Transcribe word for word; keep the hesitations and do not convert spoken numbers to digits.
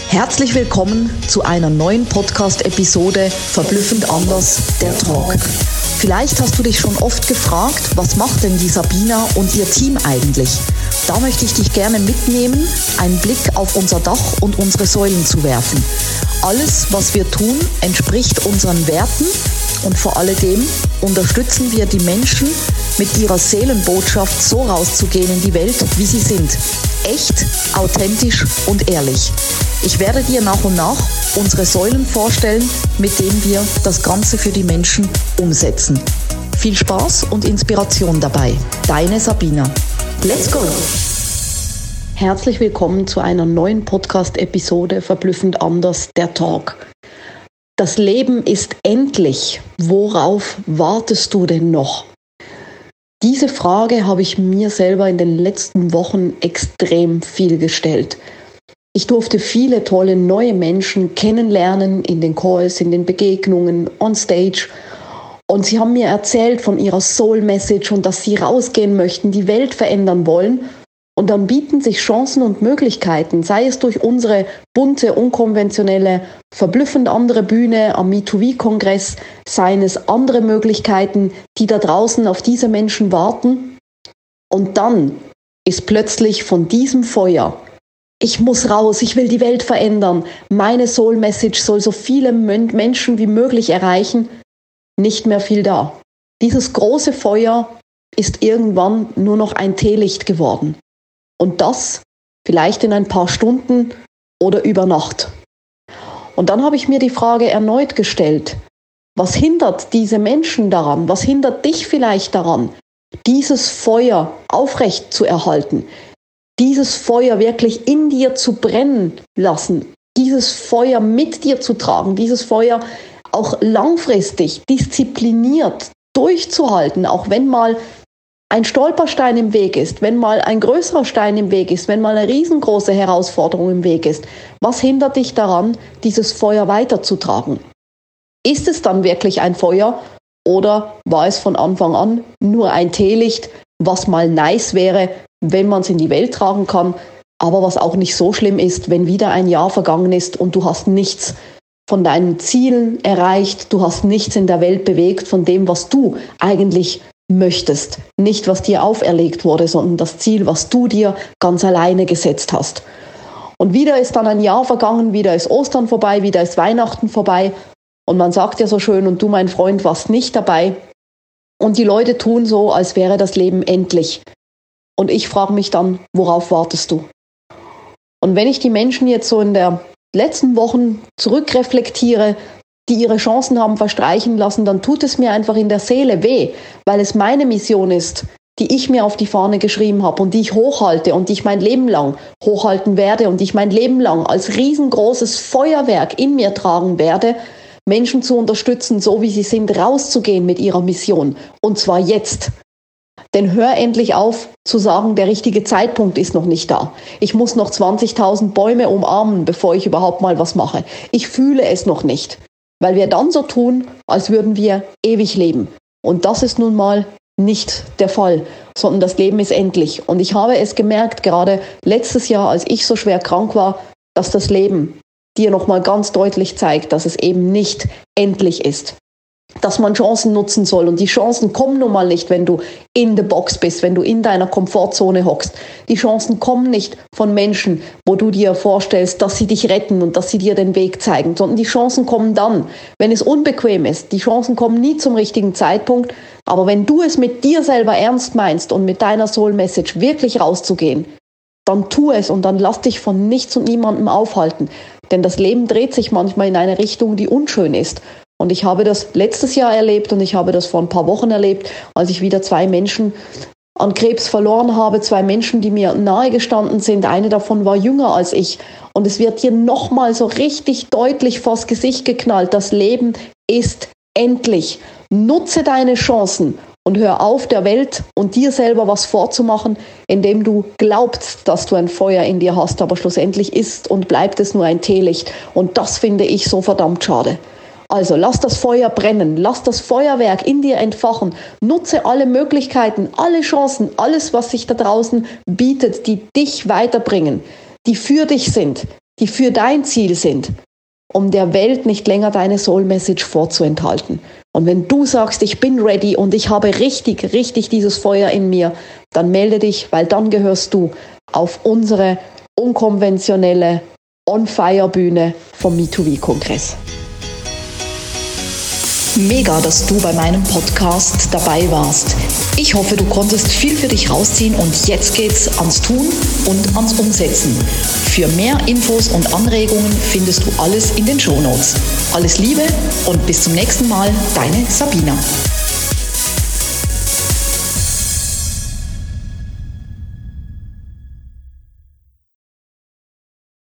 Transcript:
Herzlich willkommen zu einer neuen Podcast-Episode Verblüffend anders, der Talk. Vielleicht hast du dich schon oft gefragt, was macht denn die Sabina und ihr Team eigentlich? Da möchte ich dich gerne mitnehmen, einen Blick auf unser Dach und unsere Säulen zu werfen. Alles, was wir tun, entspricht unseren Werten und vor alledem unterstützen wir die Menschen, mit ihrer Seelenbotschaft so rauszugehen in die Welt, wie sie sind. Echt, authentisch und ehrlich. Ich werde dir nach und nach unsere Säulen vorstellen, mit denen wir das Ganze für die Menschen umsetzen. Viel Spaß und Inspiration dabei. Deine Sabina. Let's go! Herzlich willkommen zu einer neuen Podcast-Episode Verblüffend anders, der Talk. Das Leben ist endlich. Worauf wartest du denn noch? Diese Frage habe ich mir selber in den letzten Wochen extrem viel gestellt. Ich durfte viele tolle neue Menschen kennenlernen in den Calls, in den Begegnungen, on stage. Und sie haben mir erzählt von ihrer Soul Message und dass sie rausgehen möchten, die Welt verändern wollen. Und dann bieten sich Chancen und Möglichkeiten, sei es durch unsere bunte, unkonventionelle, verblüffend andere Bühne am Me to We-Kongress, seien es andere Möglichkeiten, die da draußen auf diese Menschen warten. Und dann ist plötzlich von diesem Feuer, ich muss raus, ich will die Welt verändern, meine Soul Message soll so viele Menschen wie möglich erreichen, nicht mehr viel da. Dieses große Feuer ist irgendwann nur noch ein Teelicht geworden. Und das vielleicht in ein paar Stunden oder über Nacht. Und dann habe ich mir die Frage erneut gestellt, was hindert diese Menschen daran, was hindert dich vielleicht daran, dieses Feuer aufrecht zu erhalten, dieses Feuer wirklich in dir zu brennen lassen, dieses Feuer mit dir zu tragen, dieses Feuer auch langfristig, diszipliniert durchzuhalten, auch wenn mal ein Stolperstein im Weg ist, wenn mal ein größerer Stein im Weg ist, wenn mal eine riesengroße Herausforderung im Weg ist. Was hindert dich daran, dieses Feuer weiterzutragen? Ist es dann wirklich ein Feuer oder war es von Anfang an nur ein Teelicht, was mal nice wäre, wenn man es in die Welt tragen kann, aber was auch nicht so schlimm ist, wenn wieder ein Jahr vergangen ist und du hast nichts von deinen Zielen erreicht, du hast nichts in der Welt bewegt von dem, was du eigentlich möchtest. Nicht, was dir auferlegt wurde, sondern das Ziel, was du dir ganz alleine gesetzt hast. Und wieder ist dann ein Jahr vergangen, wieder ist Ostern vorbei, wieder ist Weihnachten vorbei. Und man sagt ja so schön, und du, mein Freund, warst nicht dabei. Und die Leute tun so, als wäre das Leben endlich. Und ich frage mich dann, worauf wartest du? Und wenn ich die Menschen jetzt so in der letzten Wochen zurückreflektiere, die ihre Chancen haben verstreichen lassen, dann tut es mir einfach in der Seele weh, weil es meine Mission ist, die ich mir auf die Fahne geschrieben habe und die ich hochhalte und die ich mein Leben lang hochhalten werde und die ich mein Leben lang als riesengroßes Feuerwerk in mir tragen werde, Menschen zu unterstützen, so wie sie sind, rauszugehen mit ihrer Mission. Und zwar jetzt. Denn hör endlich auf zu sagen, der richtige Zeitpunkt ist noch nicht da. Ich muss noch zwanzigtausend Bäume umarmen, bevor ich überhaupt mal was mache. Ich fühle es noch nicht. Weil wir dann so tun, als würden wir ewig leben. Und das ist nun mal nicht der Fall, sondern das Leben ist endlich. Und ich habe es gemerkt, gerade letztes Jahr, als ich so schwer krank war, dass das Leben dir nochmal ganz deutlich zeigt, dass es eben nicht endlich ist. Dass man Chancen nutzen soll. Und die Chancen kommen nun mal nicht, wenn du in the box bist, wenn du in deiner Komfortzone hockst. Die Chancen kommen nicht von Menschen, wo du dir vorstellst, dass sie dich retten und dass sie dir den Weg zeigen, sondern die Chancen kommen dann, wenn es unbequem ist. Die Chancen kommen nie zum richtigen Zeitpunkt. Aber wenn du es mit dir selber ernst meinst und mit deiner Soul Message wirklich rauszugehen, dann tu es und dann lass dich von nichts und niemandem aufhalten. Denn das Leben dreht sich manchmal in eine Richtung, die unschön ist. Und ich habe das letztes Jahr erlebt und ich habe das vor ein paar Wochen erlebt, als ich wieder zwei Menschen an Krebs verloren habe. Zwei Menschen, die mir nahe gestanden sind. Eine davon war jünger als ich. Und es wird dir nochmal so richtig deutlich vors Gesicht geknallt. Das Leben ist endlich. Nutze deine Chancen und hör auf, der Welt und dir selber was vorzumachen, indem du glaubst, dass du ein Feuer in dir hast. Aber schlussendlich ist und bleibt es nur ein Teelicht. Und das finde ich so verdammt schade. Also lass das Feuer brennen, lass das Feuerwerk in dir entfachen, nutze alle Möglichkeiten, alle Chancen, alles, was sich da draußen bietet, die dich weiterbringen, die für dich sind, die für dein Ziel sind, um der Welt nicht länger deine Soul Message vorzuenthalten. Und wenn du sagst, ich bin ready und ich habe richtig, richtig dieses Feuer in mir, dann melde dich, weil dann gehörst du auf unsere unkonventionelle On-Fire-Bühne vom Me to We-Kongress. Mega, dass du bei meinem Podcast dabei warst. Ich hoffe, du konntest viel für dich rausziehen und jetzt geht's ans Tun und ans Umsetzen. Für mehr Infos und Anregungen findest du alles in den Shownotes. Alles Liebe und bis zum nächsten Mal, deine Sabina.